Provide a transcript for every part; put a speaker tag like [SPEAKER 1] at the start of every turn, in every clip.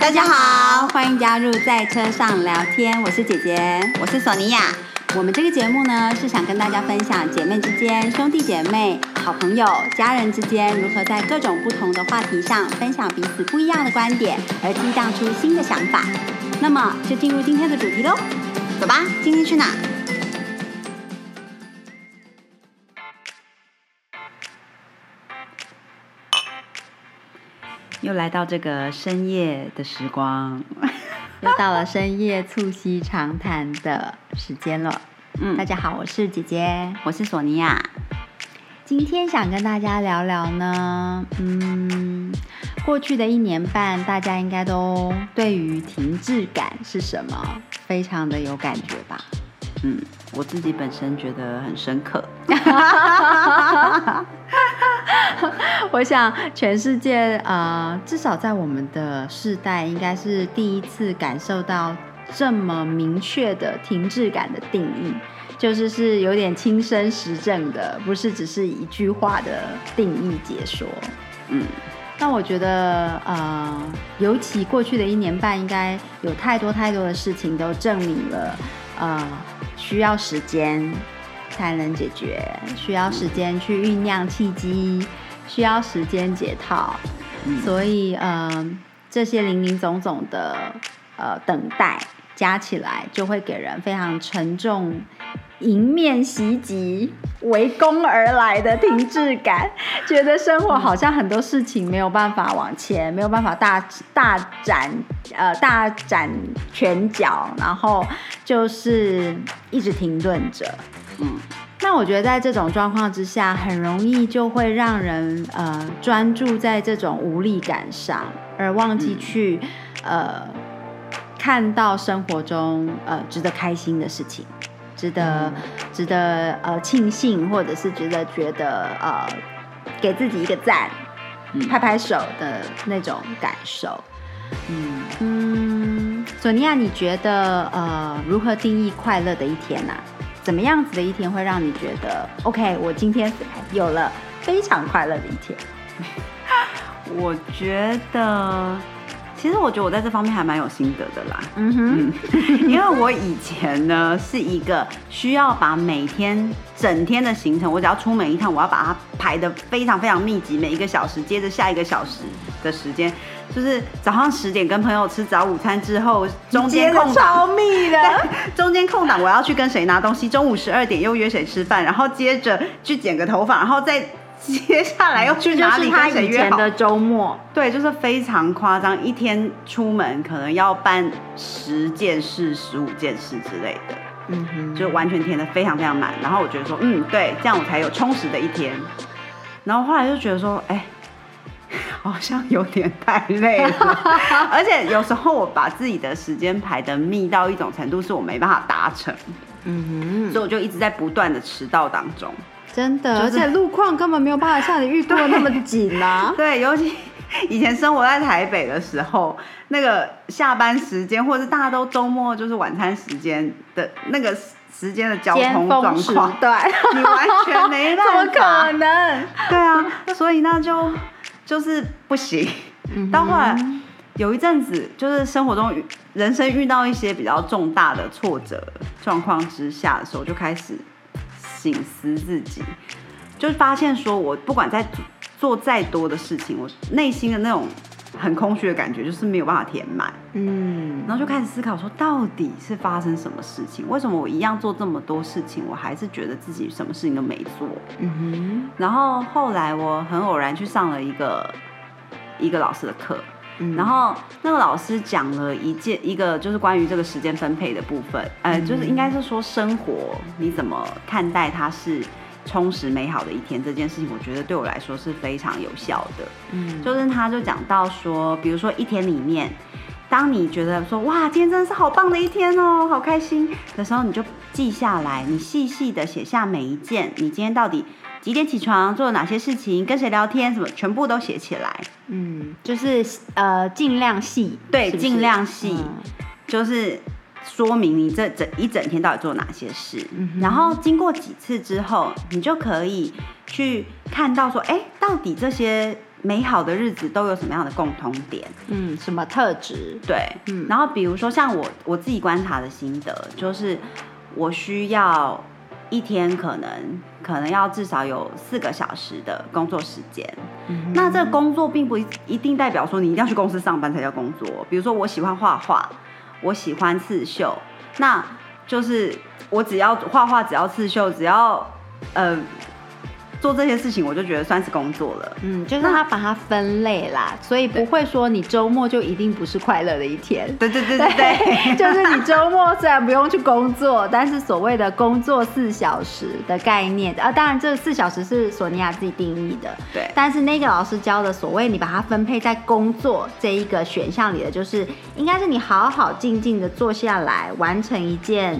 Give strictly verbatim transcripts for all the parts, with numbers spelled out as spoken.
[SPEAKER 1] 大家好，欢迎加入在车上聊天，我是姐姐，
[SPEAKER 2] 我是索尼娅。
[SPEAKER 1] 我们这个节目呢，是想跟大家分享姐妹之间、兄弟姐妹、好朋友、家人之间如何在各种不同的话题上分享彼此不一样的观点，而激荡出新的想法。那么就进入今天的主题咯，
[SPEAKER 2] 走吧，今天去哪？
[SPEAKER 1] 又来到这个深夜的时光，又到了深夜促膝长谈的时间了。嗯，大家好，我是姐姐，
[SPEAKER 2] 我是索尼娅。
[SPEAKER 1] 今天想跟大家聊聊呢，嗯，过去的一年半，大家应该都对于停滞感是什么，非常的有感觉吧？
[SPEAKER 2] 嗯，我自己本身觉得很深刻。
[SPEAKER 1] 我想全世界呃，至少在我们的世代，应该是第一次感受到这么明确的停滞感的定义，就是是有点亲身实证的，不是只是一句话的定义解说。嗯，那我觉得呃，尤其过去的一年半，应该有太多太多的事情都证明了，呃，需要时间才能解决，需要时间去酝酿契机，需要时间解套，嗯、所以呃，这些零零总总的呃等待加起来，就会给人非常沉重、迎面袭击、围攻而来的停滞感，觉得生活好像很多事情没有办法往前，没有办法大大展呃大展拳脚，然后就是一直停顿着。嗯，那我觉得在这种状况之下，很容易就会让人呃专注在这种无力感上，而忘记去、嗯、呃看到生活中呃值得开心的事情，值得、嗯、值得呃庆幸，或者是值得觉得呃给自己一个赞、嗯、拍拍手的那种感受。嗯嗯，索尼娅，你觉得呃如何定义快乐的一天啊？怎么样子的一天会让你觉得 OK， 我今天有了非常快乐的一天？
[SPEAKER 2] 我觉得其实我觉得我在这方面还蛮有心得的啦。嗯哼，嗯，因为我以前呢是一个需要把每天整天的行程，我只要出门一趟，我要把它排得非常非常密集，每一个小时接着下一个小时的时间，就是早上十点跟朋友吃早午餐之后，中间空档
[SPEAKER 1] 超密的，
[SPEAKER 2] 中间空档我要去跟谁拿东西，中午十二点又约谁吃饭，然后接着去剪个头发，然后再接下来又去哪里跟谁约好？
[SPEAKER 1] 就是他以前的周末，
[SPEAKER 2] 对，就是非常夸张，一天出门可能要办十件事、十五件事之类的，嗯哼，就完全填得非常非常满。然后我觉得说，嗯，对，这样我才有充实的一天。然后后来就觉得说，哎，好像有点太累了，而且有时候我把自己的时间排得密到一种程度，是我没办法达成，嗯哼，所以我就一直在不断的迟到当中。
[SPEAKER 1] 真的，就是、而且路况根本没有办法像你预估的那么紧啊。
[SPEAKER 2] 对，尤其以前生活在台北的时候，那个下班时间，或者是大家都周末就是晚餐时间的那个时间的交通状况，
[SPEAKER 1] 对，
[SPEAKER 2] 你完全没办法。
[SPEAKER 1] 怎么可能？
[SPEAKER 2] 对啊，所以那就就是不行。嗯、到后来有一阵子，就是生活中人生遇到一些比较重大的挫折状况之下的时候，就开始省思自己，就发现说我不管在做再多的事情，我内心的那种很空虚的感觉就是没有办法填满。嗯，然后就开始思考说，到底是发生什么事情？为什么我一样做这么多事情，我还是觉得自己什么事情都没做？嗯哼。然后后来我很偶然去上了一个一个老师的课。嗯、然后那个老师讲了一件一个就是关于这个时间分配的部分，呃，就是应该是说生活你怎么看待它是充实美好的一天这件事情，我觉得对我来说是非常有效的。嗯，就是他就讲到说，比如说一天里面，当你觉得说哇，今天真的是好棒的一天哦，好开心的时候，你就记下来，你细细的写下每一件你今天到底几点起床，做了哪些事情，跟谁聊天，什么全部都写起来。
[SPEAKER 1] 嗯，就是呃尽量细，
[SPEAKER 2] 对，尽量细，嗯、就是说明你这整一整天到底做哪些事，嗯、然后经过几次之后，你就可以去看到说，哎，到底这些美好的日子都有什么样的共同点？
[SPEAKER 1] 嗯，什么特质？
[SPEAKER 2] 对，嗯，然后比如说像我我自己观察的心得，就是我需要一天可能可能要至少有四个小时的工作时间。嗯、那这个工作并不一定代表说你一定要去公司上班才叫工作。比如说我喜欢画画，我喜欢刺绣，那就是我只要画画，只要刺绣，只要呃。做这些事情，我就觉得算是工作了。
[SPEAKER 1] 嗯，就是他把它分类啦，所以不会说你周末就一定不是快乐的一天。
[SPEAKER 2] 对对对对对，
[SPEAKER 1] 就是你周末虽然不用去工作，但是所谓的工作四小时的概念，啊，当然这四小时是索尼娅自己定义的。
[SPEAKER 2] 对，
[SPEAKER 1] 但是那个老师教的所谓你把它分配在工作这一个选项里的，就是应该是你好好静静的坐下来完成一件。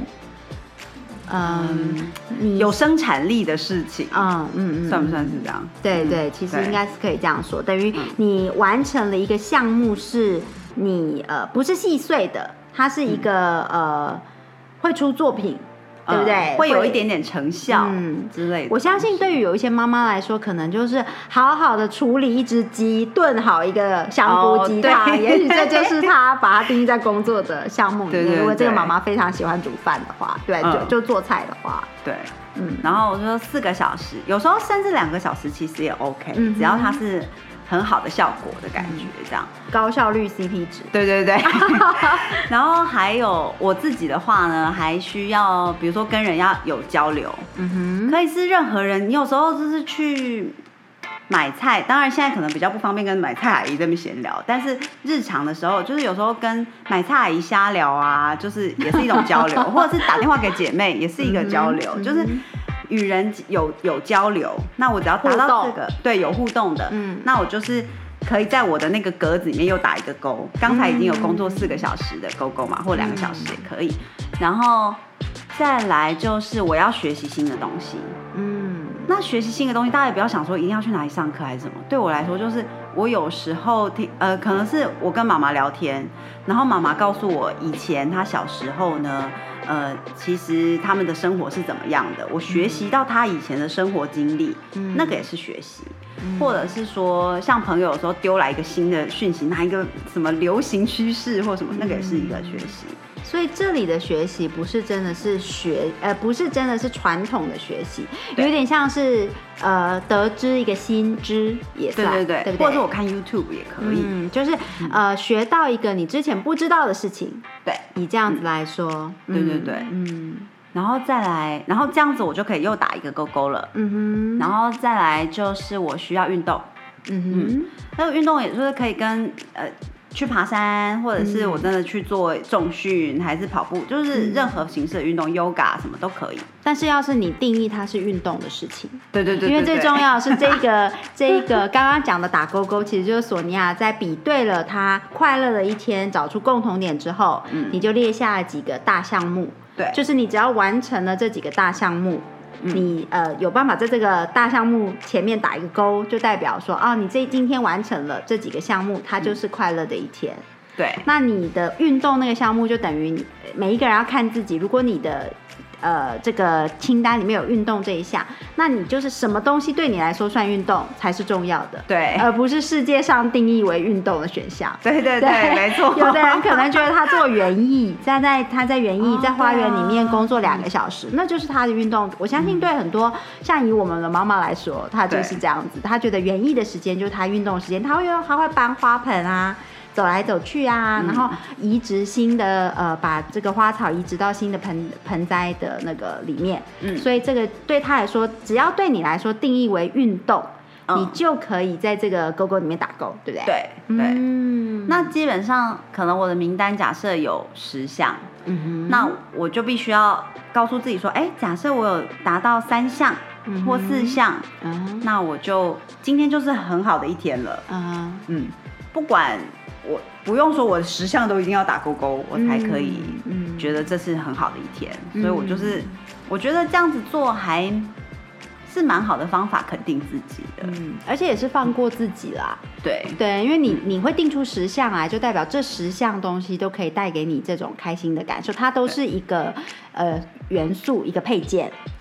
[SPEAKER 1] 嗯，你
[SPEAKER 2] 有生产力的事情，
[SPEAKER 1] 嗯嗯嗯，
[SPEAKER 2] 算不算是这样？
[SPEAKER 1] 对对，其实应该是可以这样说，等于你完成了一个项目，是你呃不是细碎的，它是一个、嗯、呃会出作品。对不对、
[SPEAKER 2] 嗯？会有一点点成效，嗯之类的。
[SPEAKER 1] 我相信对于有一些妈妈来说，可能就是好好的处理一只鸡，炖好一个香菇鸡汤，哦、也许这就是她把它定义在工作的项目里面。对对对，如果这个妈妈非常喜欢煮饭的话，对，嗯、就就做菜的话，
[SPEAKER 2] 对，嗯。然后我说四个小时，有时候甚至两个小时，其实也 OK，、嗯、只要它是。很好的效果的感觉，这样、
[SPEAKER 1] 嗯、高效率 C P 值，
[SPEAKER 2] 对对对。然后还有我自己的话呢，还需要比如说跟人要有交流，嗯哼，可以是任何人。你有时候就是去买菜，当然现在可能比较不方便跟买菜阿姨这边闲聊，但是日常的时候，就是有时候跟买菜阿姨瞎聊啊，就是也是一种交流，或者是打电话给姐妹，也是一个交流，嗯、就是。与人有有交流，那我只要达到这个对有互动的，嗯，那我就是可以在我的那个格子里面又打一个勾。刚才已经有工作四个小时的勾勾嘛，或两个小时也可以。然后再来就是我要学习新的东西，嗯，那学习新的东西，大家也不要想说一定要去哪里上课还是什么。对我来说，就是我有时候听，呃，可能是我跟妈妈聊天，然后妈妈告诉我以前她小时候呢。呃，其实他们的生活是怎么样的？我学习到他以前的生活经历，嗯、那个也是学习，嗯、或者是说，像朋友有时候丢来一个新的讯息，拿一个什么流行趋势或什么，那个也是一个学习。
[SPEAKER 1] 所以这里的学习不是真的是学，呃，不是真的是传统的学习，有点像是呃得知一个新知也算，
[SPEAKER 2] 对对对，
[SPEAKER 1] 对不对？
[SPEAKER 2] 或者我看 YouTube 也可以，
[SPEAKER 1] 嗯，就是呃学到一个你之前不知道的事情，
[SPEAKER 2] 对，
[SPEAKER 1] 以这样子来说，
[SPEAKER 2] 嗯、对对对，嗯，然后再来，然后这样子我就可以又打一个勾勾了，嗯哼，然后再来就是我需要运动，嗯哼，嗯那个运动也就是可以跟呃。去爬山，或者是我真的去做重训，还是跑步，就是任何形式的运动 ，yoga 什么都可以。
[SPEAKER 1] 但是要是你定义它是运动的事情，
[SPEAKER 2] 对对 对, 对, 对，
[SPEAKER 1] 因为最重要的是这个这个刚刚讲的打勾勾，其实就是索尼娅在比对了她快乐的一天，找出共同点之后，嗯，你就列下了几个大项目，
[SPEAKER 2] 对，
[SPEAKER 1] 就是你只要完成了这几个大项目。你呃有办法在这个大项目前面打一个勾，就代表说啊，你这今天完成了这几个项目，它就是快乐的一天。
[SPEAKER 2] 对，
[SPEAKER 1] 那你的运动那个项目就等于每一个人要看自己，如果你的呃这个清单里面有运动这一项，那你就是什么东西对你来说算运动才是重要的，
[SPEAKER 2] 对，
[SPEAKER 1] 而不是世界上定义为运动的选项。
[SPEAKER 2] 对对 对, 对，没错。
[SPEAKER 1] 有的人可能觉得他做园艺，在在他在园艺、哦、在花园里面工作两个小时，那就是他的运动。我相信对很多、嗯、像以我们的妈妈来说，她就是这样子，她觉得园艺的时间就是她运动的时间，她会她会搬花盆啊。走来走去啊，然后移植新的呃，把这个花草移植到新的盆盆栽的那个里面，嗯，所以这个对他来说，只要对你来说定义为运动，嗯、你就可以在这个勾勾里面打勾，对不对？
[SPEAKER 2] 对对，嗯，那基本上可能我的名单假设有十项，嗯哼，那我就必须要告诉自己说，哎，假设我有达到三项或四项，嗯，那我就今天就是很好的一天了，嗯嗯，不管。我不用说，我十项都一定要打勾勾，我才可以觉得这是很好的一天。嗯、所以我就是，我觉得这样子做还是蛮好的方法，肯定自己的。
[SPEAKER 1] 嗯，而且也是放过自己啦。
[SPEAKER 2] 对
[SPEAKER 1] 对，因为你你会定出十项来，就代表这十项东西都可以带给你这种开心的感受，它都是一个呃元素，一个配件。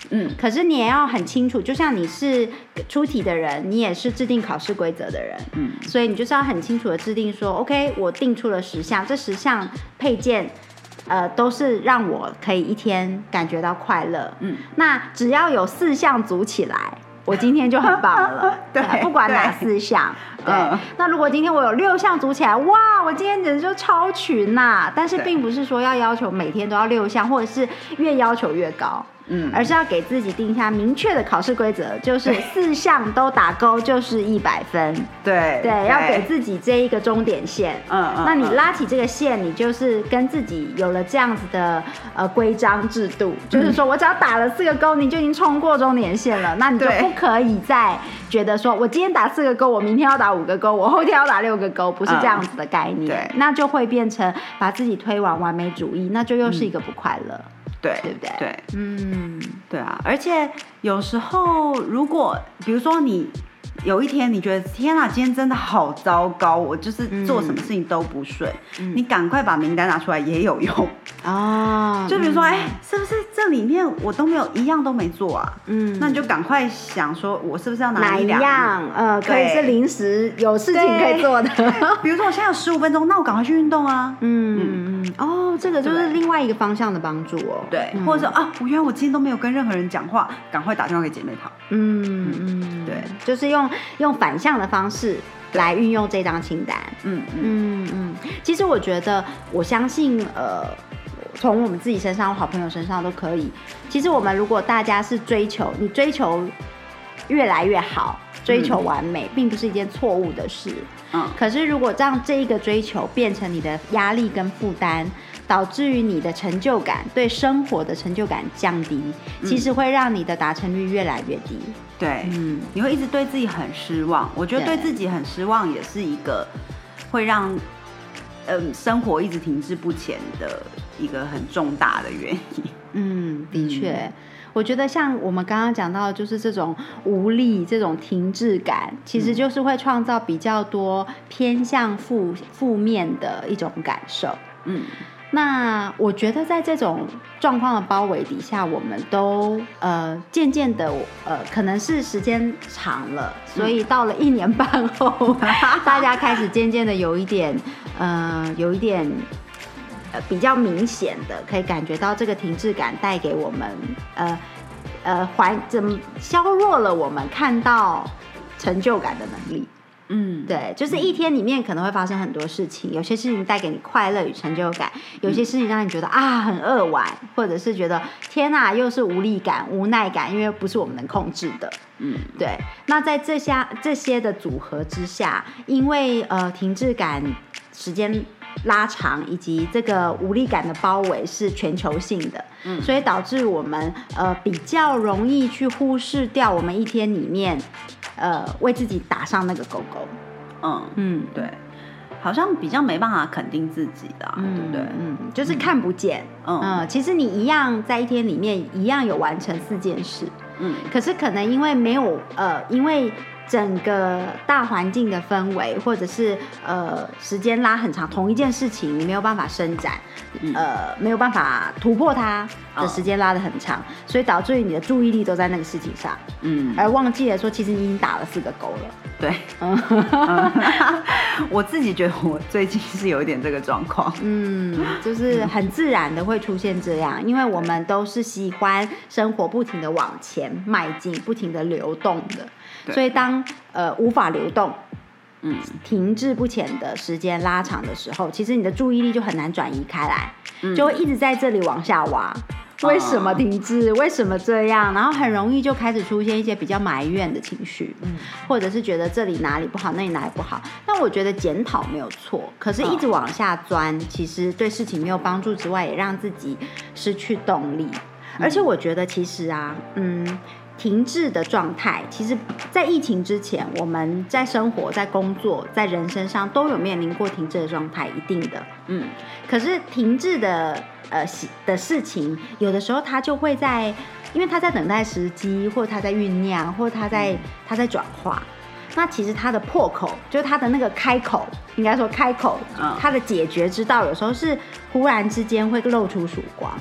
[SPEAKER 1] 嗯，可是你也要很清楚，就像你是出题的人，你也是制定考试规则的人，嗯，所以你就是要很清楚的制定说 ，OK， 我定出了十项，这十项配件，呃，都是让我可以一天感觉到快乐，嗯，那只要有四项组起来，我今天就很棒了，对，不管哪四项，对。嗯、那如果今天我有六项组起来，哇，我今天简直就超群呐、啊！但是并不是说要要求每天都要六项，或者是越要求越高。嗯，而是要给自己定下明确的考试规则，就是四项都打勾就是一百分。
[SPEAKER 2] 对
[SPEAKER 1] 对, 对，要给自己这一个终点线。嗯嗯，那你拉起这个线，你就是跟自己有了这样子的呃规章制度，嗯、就是说我只要打了四个勾，你就已经冲过终点线了，那你就不可以再觉得说我今天打四个勾，我明天要打五个勾，我后天要打六个勾，不是这样子的概念。嗯、对，那就会变成把自己推往完美主义，那就又是一个不快乐。嗯
[SPEAKER 2] 对，
[SPEAKER 1] 对不对？
[SPEAKER 2] 对，嗯，对啊，而且有时候，如果比如说你有一天你觉得天啊，今天真的好糟糕，我就是做什么事情都不顺，嗯、你赶快把名单拿出来也有用哦。就比如说，哎、嗯，是不是这里面我都没有一样都没做啊？嗯，那你就赶快想说，我是不是要拿一两
[SPEAKER 1] 样？呃，可以是临时有事情可以做的。
[SPEAKER 2] 比如说我现在有十五分钟，那我赶快去运动啊。
[SPEAKER 1] 嗯嗯嗯，哦，这个就是另外一个方向的帮助哦。
[SPEAKER 2] 对，嗯、或者说啊，我原来我今天都没有跟任何人讲话，赶快打电话给姐妹淘。嗯
[SPEAKER 1] 嗯，对，就是用用反向的方式来运用这张清单。嗯嗯嗯，其实我觉得，我相信，呃。从我们自己身上、好朋友身上都可以。其实我们如果大家是追求你追求越来越好、追求完美，嗯、并不是一件错误的事。嗯。可是如果让这一个追求变成你的压力跟负担，导致于你的成就感、对生活的成就感降低，嗯、其实会让你的达成率越来越低。
[SPEAKER 2] 对，嗯，你会一直对自己很失望。我觉得对自己很失望也是一个会让。嗯，生活一直停滞不前的一个很重大的原因。
[SPEAKER 1] 嗯，的确，嗯、我觉得像我们刚刚讲到，就是这种无力、这种停滞感，其实就是会创造比较多偏向负负面的一种感受。嗯。那我觉得在这种状况的包围底下，我们都呃渐渐的呃可能是时间长了，所以到了一年半后，嗯、大家开始渐渐的有一点呃有一点呃比较明显的可以感觉到这个停滞感带给我们呃呃缓怎么削弱了我们看到成就感的能力。嗯，对，就是一天里面可能会发生很多事情，有些事情带给你快乐与成就感，有些事情让你觉得啊很扼腕，或者是觉得天哪又是无力感、无奈感，因为不是我们能控制的。嗯，对。那在这些这些的组合之下，因为呃停滞感时间拉长，以及这个无力感的包围是全球性的，嗯，所以导致我们呃比较容易去忽视掉我们一天里面。呃，为自己打上那个勾勾，
[SPEAKER 2] 嗯嗯，对，好像比较没办法肯定自己的、啊，嗯、对不对？
[SPEAKER 1] 嗯，就是看不见，嗯, 嗯，其实你一样在一天里面一样有完成四件事，嗯，可是可能因为没有呃，因为整个大环境的氛围，或者是呃时间拉很长，同一件事情你没有办法伸展，嗯、呃没有办法突破它的时间拉得很长，哦、所以导致于你的注意力都在那个事情上，嗯，而忘记了说其实你已经打了四个勾了。
[SPEAKER 2] 对，嗯，我自己觉得我最近是有一点这个状况，嗯，
[SPEAKER 1] 就是很自然的会出现这样，因为我们都是喜欢生活不停的往前迈进，不停的流动的，所以当呃无法流动，嗯，停滞不前的时间拉长的时候，其实你的注意力就很难转移开来，嗯、就会一直在这里往下挖。为什么停滞？为什么这样？然后很容易就开始出现一些比较埋怨的情绪，嗯，或者是觉得这里哪里不好，那里哪里不好。但我觉得检讨没有错，可是一直往下钻，其实对事情没有帮助之外，也让自己失去动力。而且我觉得其实啊，嗯。停滞的状态，其实在疫情之前，我们在生活、在工作、在人生上都有面临过停滞的状态，一定的。嗯，可是停滞的呃的事情，有的时候它就会在，因为它在等待时机，或者它在酝酿，或者它在它在转化。那其实它的破口，就是它的那个开口，应该说开口，它的解决之道，有时候是忽然之间会露出曙光。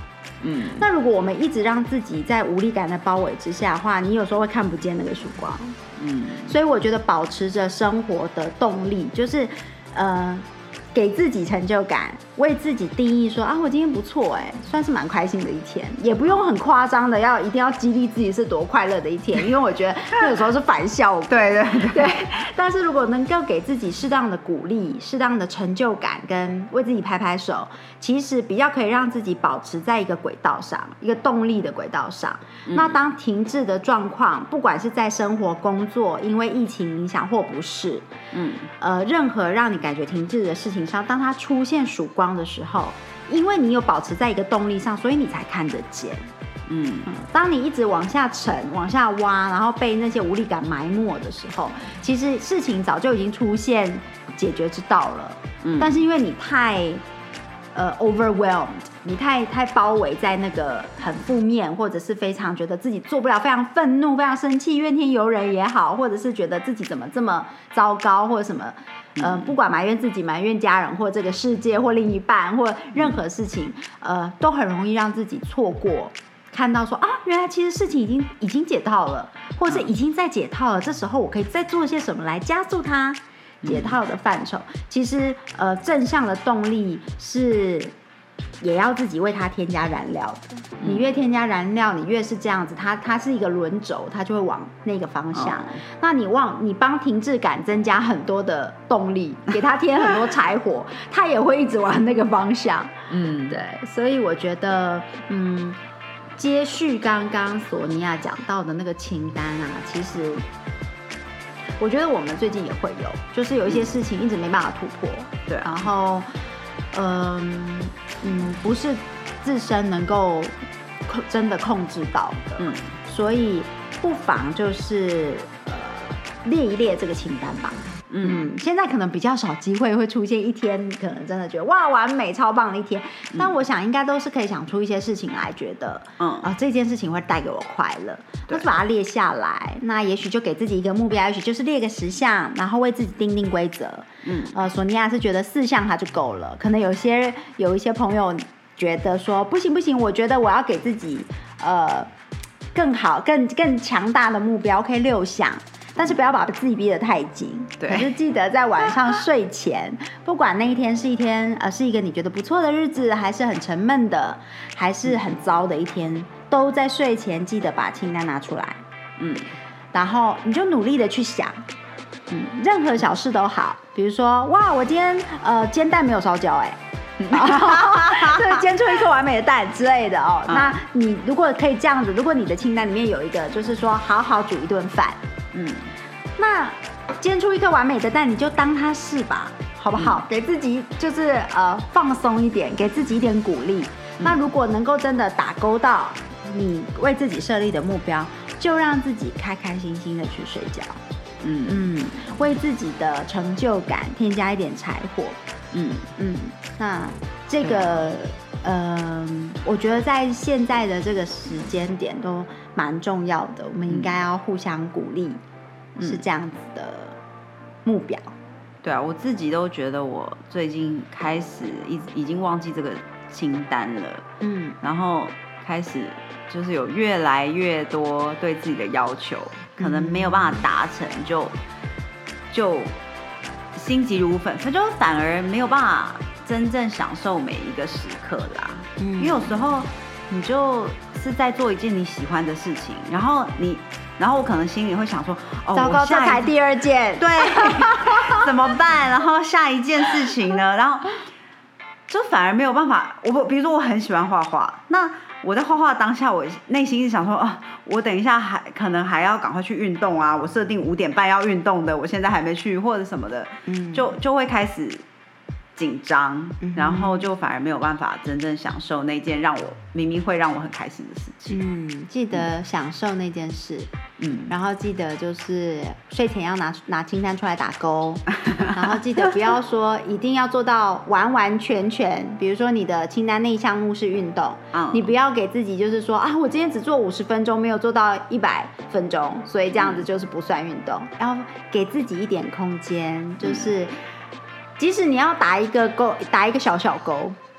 [SPEAKER 1] 嗯，那如果我们一直让自己在无力感的包围之下的话，你有时候会看不见那个曙光。嗯，所以我觉得保持着生活的动力，就是呃。给自己成就感，为自己定义说啊，我今天不错哎，算是蛮开心的一天，也不用很夸张的要一定要激励自己是多快乐的一天，因为我觉得那有时候是反效果。
[SPEAKER 2] 对对 对,
[SPEAKER 1] 对。但是如果能够给自己适当的鼓励、适当的成就感，跟为自己拍拍手，其实比较可以让自己保持在一个轨道上，一个动力的轨道上。嗯、那当停滞的状况，不管是在生活、工作，因为疫情影响或不是，嗯，呃，任何让你感觉停滞的事情。当它出现曙光的时候，因为你有保持在一个动力上，所以你才看得见。嗯，当你一直往下沉、往下挖，然后被那些无力感埋没的时候，其实事情早就已经出现解决之道了。嗯，但是因为你太呃 overwhelmed， 你太太包围在那个很负面，或者是非常觉得自己做不了，非常愤怒、非常生气、怨天尤人也好，或者是觉得自己怎么这么糟糕，或者什么。呃，不管埋怨自己、埋怨家人，或这个世界，或另一半，或任何事情，呃，都很容易让自己错过，看到说啊，原来其实事情已经已经解套了，或者是已经在解套了。这时候我可以再做些什么来加速它解套的范畴？其实，呃，正向的动力是也要自己为它添加燃料的。你越添加燃料，你越是这样子，它它是一个轮轴，它就会往那个方向。哦、那你往你帮停滞感增加很多的动力，给它添很多柴火，它也会一直往那个方向。嗯，对。所以我觉得，嗯，接续刚刚索尼娅讲到的那个清单啊，其实我觉得我们最近也会有，就是有一些事情一直没办法突破。对，然后。嗯嗯，不是自身能够真的控制到的，嗯，所以不妨就是呃列一列这个清单吧。嗯，现在可能比较少机会会出现一天，可能真的觉得哇完美超棒的一天，嗯、但我想应该都是可以想出一些事情来，觉得嗯啊、呃、这件事情会带给我快乐，那就把它列下来。那也许就给自己一个目标，也许就是列个十项，然后为自己定定规则。嗯，呃，索尼娅是觉得四项它就够了，可能有些有一些朋友觉得说不行不行，我觉得我要给自己呃更好、更更强大的目标，可以六项。但是不要把自己逼得太紧，对，可是记得在晚上睡前，不管那一天是一天呃是一个你觉得不错的日子，还是很沉闷的，还是很糟的一天，都在睡前记得把清单拿出来，嗯，然后你就努力的去想，嗯，任何小事都好，比如说哇，我今天呃煎蛋没有烧焦、欸，哎。对，煎出一颗完美的蛋之类的哦。嗯、那你如果可以这样子，如果你的清单里面有一个，就是说好好煮一顿饭，嗯，那煎出一颗完美的蛋，你就当它是吧，好不好？嗯、给自己就是呃放松一点，给自己一点鼓励。嗯、那如果能够真的打勾到你为自己设立的目标，就让自己开开心心的去睡觉。嗯嗯，为自己的成就感添加一点柴火。嗯嗯，那这个，嗯、呃，我觉得在现在的这个时间点都蛮重要的，我们应该要互相鼓励，嗯、是这样子的目标。
[SPEAKER 2] 对啊，我自己都觉得我最近开始已已经忘记这个清单了，嗯，然后开始就是有越来越多对自己的要求，可能没有办法达成，就就。心急如焚，就反而没有办法真正享受每一个时刻啦。嗯，因为有时候你就是在做一件你喜欢的事情，然后你，然后我可能心里会想说，哦，
[SPEAKER 1] 糟糕，这才第二件，
[SPEAKER 2] 对，怎么办？然后下一件事情呢？然后就反而没有办法。我比如说我很喜欢画画，那我在画画当下，我内心是想说，啊，我等一下还可能还要赶快去运动啊，我设定五点半要运动的，我现在还没去或者什么的，嗯，就就会开始紧张，嗯、然后就反而没有办法真正享受那件让我明明会让我很开心的事情。
[SPEAKER 1] 嗯，记得享受那件事，嗯，然后记得就是睡前要拿拿清单出来打勾，然后记得不要说一定要做到完完全全，比如说你的清单那一项目是运动，嗯、你不要给自己就是说啊，我今天只做五十分钟，没有做到一百分钟，所以这样子就是不算运动，然后给自己一点空间，就是。嗯即使你要打一个勾，打一个小小勾，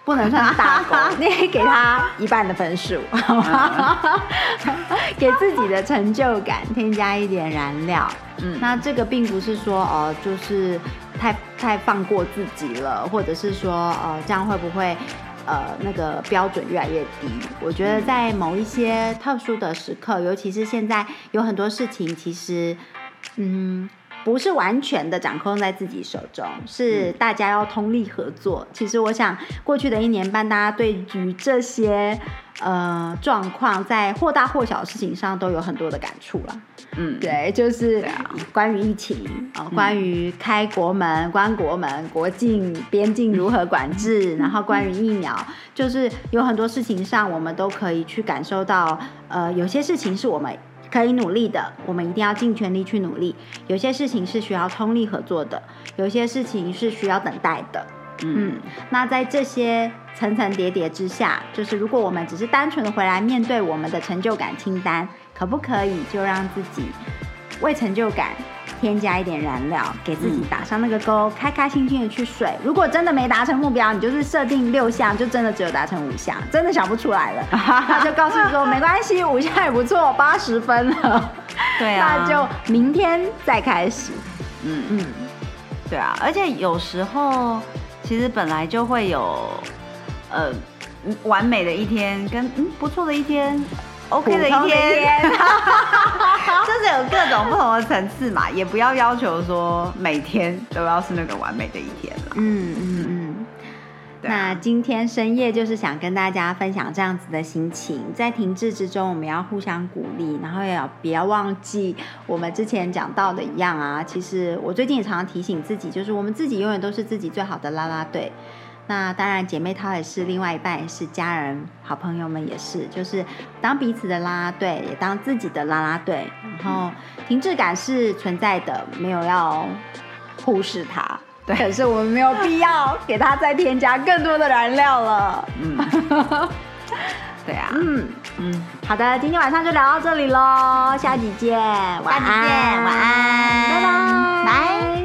[SPEAKER 1] 不能算是大功，你也给他一半的分数，好吗？给自己的成就感添加一点燃料。嗯，那这个并不是说哦、呃，就是太太放过自己了，或者是说呃，这样会不会呃那个标准越来越低？我觉得在某一些特殊的时刻，尤其是现在有很多事情，其实嗯。不是完全的掌控在自己手中，是大家要通力合作。其实我想，过去的一年半，大家对于这些呃状况，在或大或小的事情上都有很多的感触了。嗯，对，就是关于疫情啊、呃，关于开国门、关国门、国境、边境如何管制，然后关于疫苗，就是有很多事情上，我们都可以去感受到，呃，有些事情是我们可以努力的，我们一定要尽全力去努力。有些事情是需要通力合作的，有些事情是需要等待的。嗯，那在这些层层叠叠之下，就是如果我们只是单纯的回来面对我们的成就感清单，可不可以就让自己为成就感添加一点燃料，给自己打上那个勾，开开心心的去睡。如果真的没达成目标，你就是设定六项，就真的只有达成五项，真的想不出来了，那就告诉你说没关系，五项也不错，八十分了。
[SPEAKER 2] 对啊，
[SPEAKER 1] 那就明天再开始。
[SPEAKER 2] 嗯嗯，对啊，而且有时候其实本来就会有呃完美的一天跟嗯不错的一天。OK 的一天，就是有各种不同的层次嘛，也不要要求说每天都要是那个完美的一天了。
[SPEAKER 1] 嗯嗯嗯。那今天深夜就是想跟大家分享这样子的心情，在停滞之中，我们要互相鼓励，然后也要不要忘记我们之前讲到的一样啊。其实我最近也常常提醒自己，就是我们自己永远都是自己最好的啦啦队。那当然姐妹淘也是，另外一半也是，家人好朋友们也是，就是当彼此的啦啦队，也当自己的啦啦队。然后停滞感是存在的，没有要忽视它，对，可是我们没有必要给它再添加更多的燃料了。嗯，
[SPEAKER 2] 对啊，
[SPEAKER 1] 嗯嗯，好的，今天晚上就聊到这里咯，下集见，晚安，
[SPEAKER 2] 下集见，晚安，
[SPEAKER 1] 拜拜，拜。